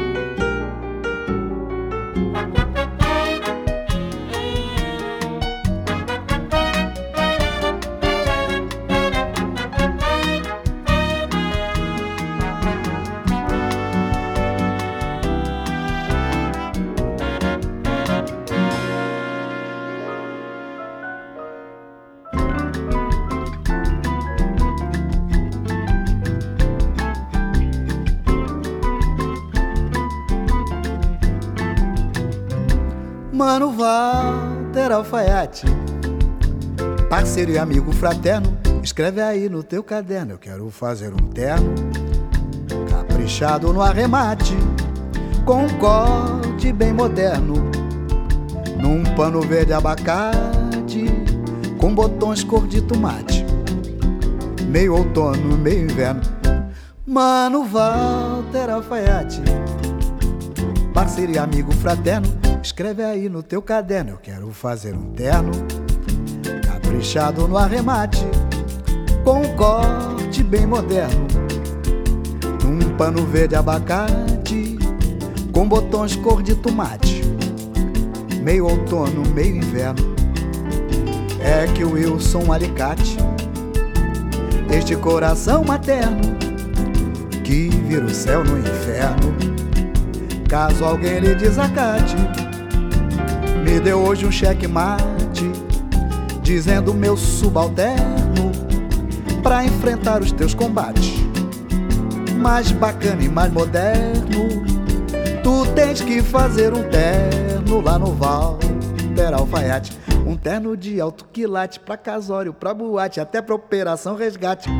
Mano Walter Alfaiate, parceiro e amigo fraterno, escreve aí no teu caderno. Eu quero fazer um terno caprichado no arremate, com um corte bem moderno, num pano verde abacate, com botões cor de tomate, meio outono, meio inverno. Mano Walter Alfaiate, parceiro e amigo fraterno, escreve aí no teu caderno. Eu quero fazer um terno caprichado no arremate, com um corte bem moderno, num pano verde abacate, com botões cor de tomate, meio outono, meio inverno. É que o Wilson Alicate, este coração materno que vira o céu no inferno, caso alguém lhe desacate, me deu hoje um checkmate, dizendo meu subalterno, pra enfrentar os teus combates. Mais bacana e mais moderno, tu tens que fazer um terno lá no Walter Alfaiate. Um terno de alto quilate, pra casório, pra boate, até pra operação resgate.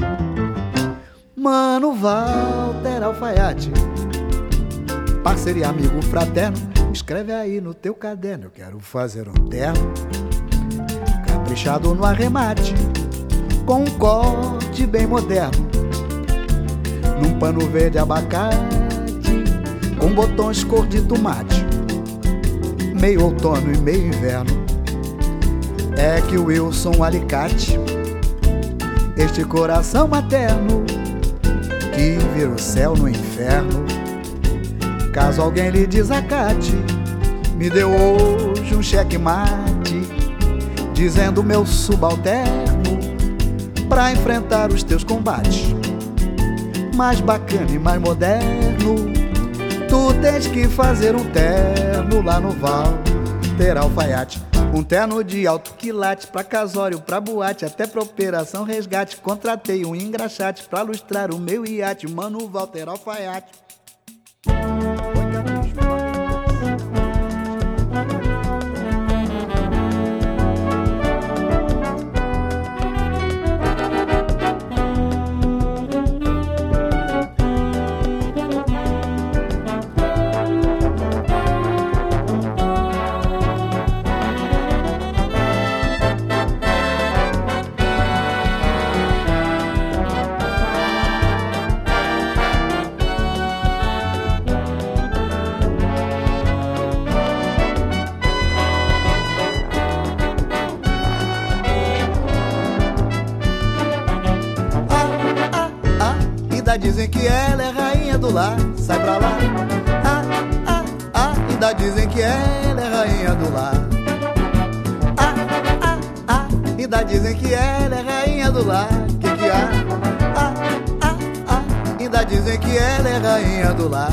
Mano Walter Alfaiate, parceiro e amigo fraterno, escreve aí no teu caderno. Eu quero fazer um terno caprichado no arremate, com um corte bem moderno, num pano verde abacate, com botões cor de tomate, meio outono e meio inverno. É que o Wilson Alicate, este coração materno que vira o céu no inferno, caso alguém lhe desacate, me deu hoje um checkmate, dizendo meu subalterno, pra enfrentar os teus combates. Mais bacana e mais moderno, tu tens que fazer um terno lá no Walter Alfaiate. Um terno de alto quilate, pra casório, pra boate, até pra operação resgate. Contratei um engraxate pra lustrar o meu iate, mano Walter Alfaiate. Dizem que ela é rainha do lar, sai pra lá. Ah, ah, ah, ainda dizem que ela é rainha do lar. Ah, ah, ah, ainda dizem que ela é rainha do lar. Que que há? Ah, ah, ah, ainda dizem que ela é rainha do lar.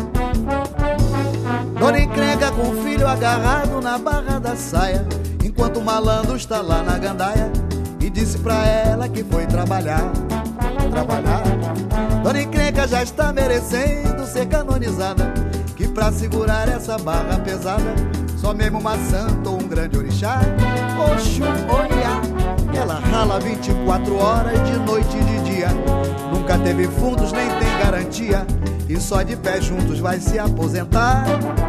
Dona encrenca com o filho agarrado na barra da saia, enquanto o malandro está lá na gandaia, e disse pra ela que foi trabalhar. Trabalhar. Dona encrenca já está merecendo ser canonizada, que pra segurar essa barra pesada, só mesmo uma santa ou um grande orixá. Oxum, olhar, ela rala vinte e quatro horas de noite e de dia, nunca teve fundos nem tem garantia, e só de pé juntos vai se aposentar.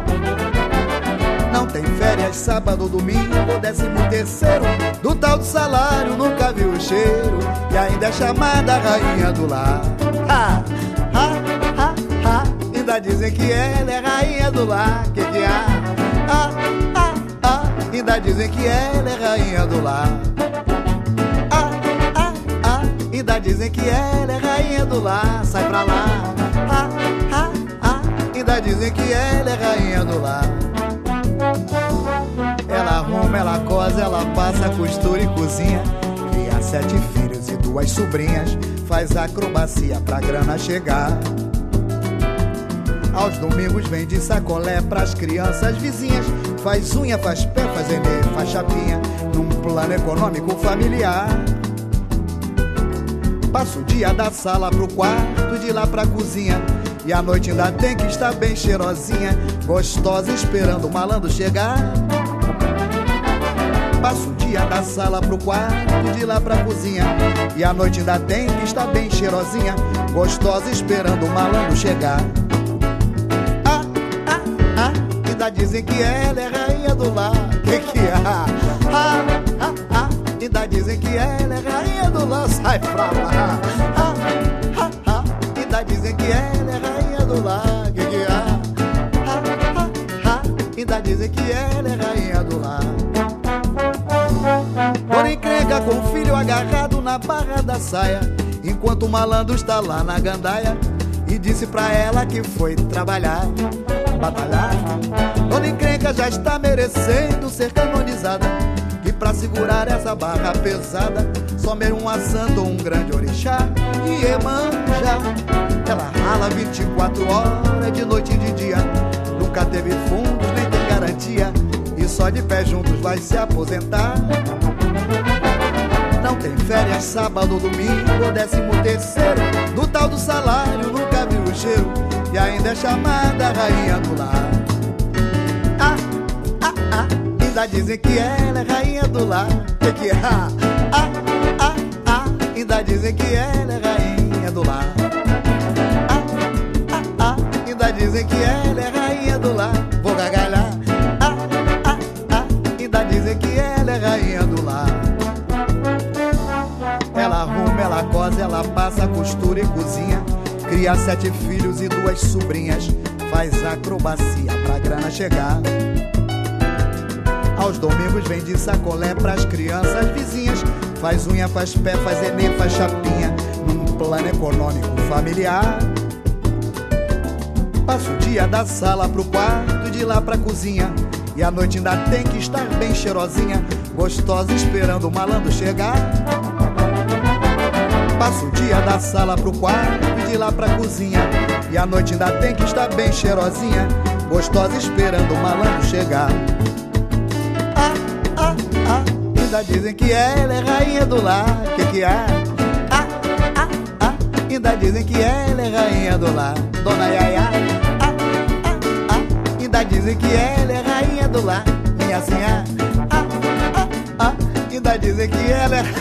Não tem férias, sábado, domingo, décimo terceiro, do tal do salário nunca viu o cheiro, e ainda é chamada rainha do lar. Ha, ha, ha, ha, ainda dizem que ela é rainha do lar. Que que há? Ah, ah, ah, ainda dizem que ela é rainha do lar. Ah, ah, ah, ainda dizem que ela é rainha do lar. Sai pra lá. Ah, ah, ah, ainda dizem que ela é rainha do lar. Ela arruma, ela cose, ela passa, costura e cozinha, cria sete filhos e duas sobrinhas, faz acrobacia pra grana chegar. Aos domingos vende sacolé pras crianças vizinhas, faz unha, faz pé, faz enê, faz chapinha, num plano econômico familiar. Passa o dia da sala pro quarto, de lá pra cozinha, e à noite ainda tem que estar bem cheirosinha, gostosa, esperando o malandro chegar. Passa o dia da sala pro quarto, de lá pra cozinha, e à noite ainda tem que estar bem cheirosinha, gostosa, esperando o malandro chegar. Ah, ah, ah, ainda dizem que ela é rainha do lar. Que que há? Ah, ah, ah, ainda dizem que ela é rainha do lar. Sai pra lá. Ah, ah, ah, ainda dizem que ela é rainha do lar. Que que há? Ah, ainda dizem que ela é rainha do lar. Dona encrenca com o filho agarrado na barra da saia, enquanto o malandro está lá na gandaia, e disse pra ela que foi trabalhar, batalhar. Dona encrenca já está merecendo ser canonizada, e pra segurar essa barra pesada, só mesmo uma santa ou um grande orixá. E Iemanjá, ela rala vinte e quatro horas, de noite e de dia, nunca teve fundos, nem tem garantia, e só de pé juntos vai se aposentar. Não tem férias, sábado, domingo ou décimo terceiro, no tal do salário nunca viu o cheiro, e ainda é chamada rainha do lar. Ah, ah, ah, ainda dizem que ela é rainha do lar. Que que é? Ah, ah, ah, ah, ainda dizem que ela é rainha do lar. Ah, ah, ah, ainda dizem que ela é rainha do lar. Vou gargalhar. Ah, ah, ah, ainda dizem que ela é rainha do lar. Ela arruma, ela cose, ela passa, costura e cozinha, cria sete filhos e duas sobrinhas, faz acrobacia pra grana chegar. Aos domingos vende sacolé pras crianças vizinhas, faz unha, faz pé, faz enem, faz chapinha, num plano econômico familiar. Passa o dia da sala pro quarto, de lá pra cozinha, e à noite ainda tem que estar bem cheirosinha, gostosa esperando o malandro chegar. Passa o dia da sala pro quarto e de lá pra cozinha, e à noite ainda tem que estar bem cheirosinha, gostosa esperando o malandro chegar. Ah, ah, ah, ainda dizem que ela é rainha do lar. Que que é? Ah, ah, ah, ainda dizem que ela é rainha do lar. Dona Yaya. Ah, ah, ah, ainda dizem que ela é rainha do lar. Minha senhora. Ah, ah, ah, ainda dizem que ela é...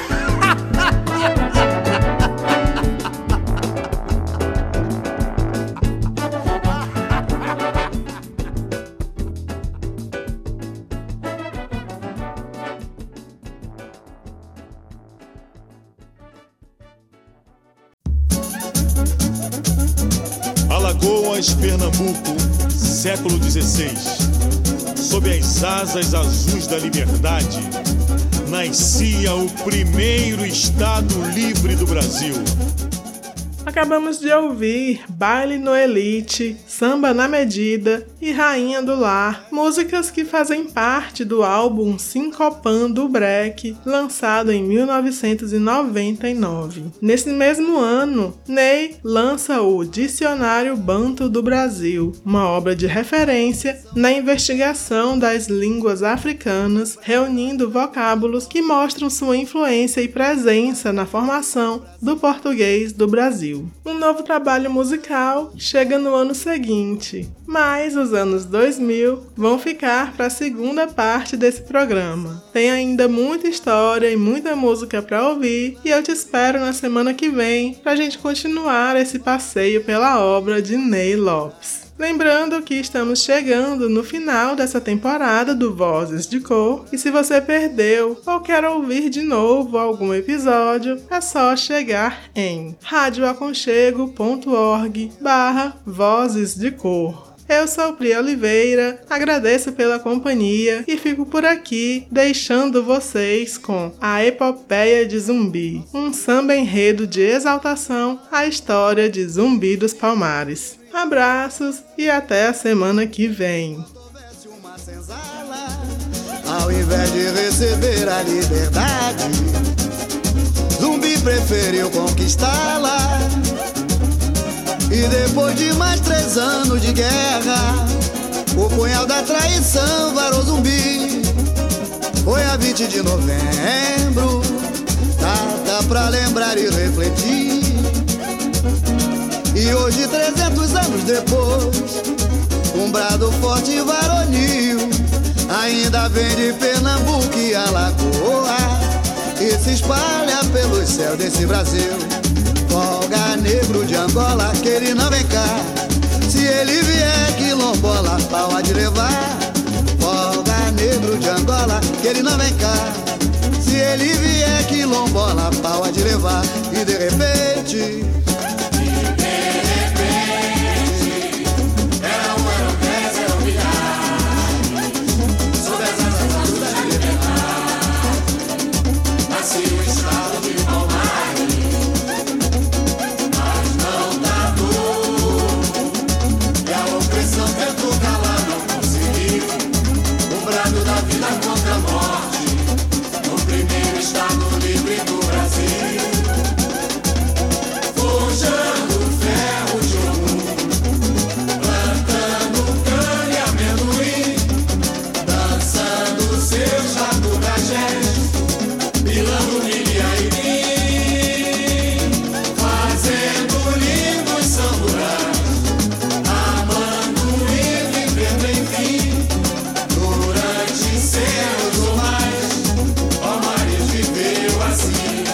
Alagoas, Pernambuco, século dezesseis. Sob as asas azuis da liberdade, nascia o primeiro estado livre do Brasil. Acabamos de ouvir Baile no Elite, Samba na Medida e Rainha do Lar, músicas que fazem parte do álbum Sincopando o Breque, lançado em mil novecentos e noventa e nove. Nesse mesmo ano, Ney lança o Dicionário Banto do Brasil, uma obra de referência na investigação das línguas africanas, reunindo vocábulos que mostram sua influência e presença na formação do português do Brasil. Um novo trabalho musical chega no ano seguinte, mas os anos dois mil vão ficar para a segunda parte desse programa. Tem ainda muita história e muita música para ouvir, e eu te espero na semana que vem para a gente continuar esse passeio pela obra de Ney Lopes. Lembrando que estamos chegando no final dessa temporada do Vozes de Cor, e se você perdeu ou quer ouvir de novo algum episódio, é só chegar em radioaconchego ponto org barra Vozes de Cor. Eu sou Pri Oliveira, agradeço pela companhia e fico por aqui deixando vocês com A Epopeia de Zumbi, um samba enredo de exaltação à história de Zumbi dos Palmares. Abraços e até a semana que vem. Ao invés de receber a liberdade, Zumbi preferiu conquistá-la. E depois de mais três anos de guerra, o punhal da traição varou Zumbi. Foi a vinte de novembro, data pra lembrar e refletir. E hoje, trezentos anos depois, um brado forte e varonil ainda vem de Pernambuco e Alagoas e se espalha pelos céus desse Brasil. Folga negro de Angola, que ele não vem cá. Se ele vier quilombola, pau há de levar. Folga negro de Angola, que ele não vem cá. Se ele vier quilombola, pau há de levar. E de repente... lutando da vida contra a morte, no primeiro estado livre do Brasil, forjando ferro de algum, plantando cana e amendoim, dançando seus raturajés, pilando milho e aipim, fazendo lindos samburais, amando e vivendo enfim, durante cem ou mais, ó Maria viveu assim,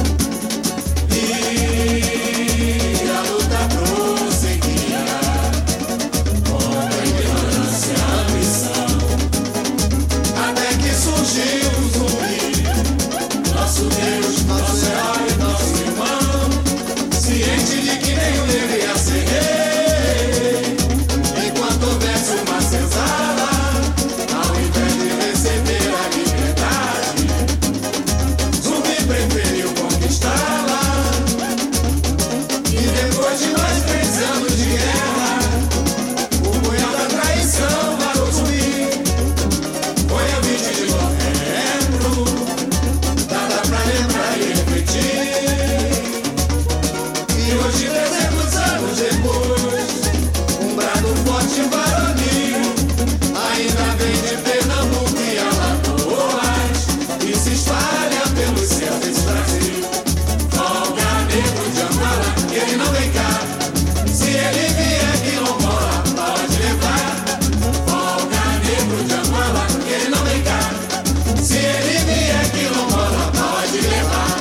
e a luta prosseguia, contra a ignorância e a ambição, até que surgiu o zumbi, nosso Deus, nosso herói, nosso irmão, ciente de que nenhum deveria ser rei, enquanto houvesse uma senzala, ao invés de receber a liberdade, Zumbi preferiu conquistá-la, e depois de mais três anos de guerra, o punhal da traição matou Zumbi, foi a vinte de novembro, data pra lembrar e refletir. E hoje, trezentos anos depois, um brado forte e varonil ainda vem de Pernambuco e Alagoas e se espalha pelo céu desse Brasil. Folga negro de Angola, que ele não vem cá. Se ele vier quilombola, pode levar. Folga negro de Angola, que ele não vem cá. Se ele vier quilombola, pode levar.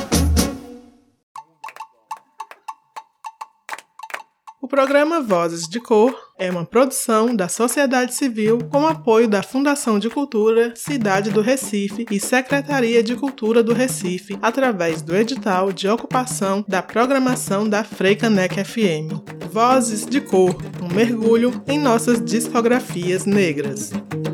O programa Vozes de Cor é uma produção da sociedade civil com apoio da Fundação de Cultura Cidade do Recife e Secretaria de Cultura do Recife, através do edital de ocupação da programação da Freicaneca F M. Vozes de Cor, um mergulho em nossas discografias negras.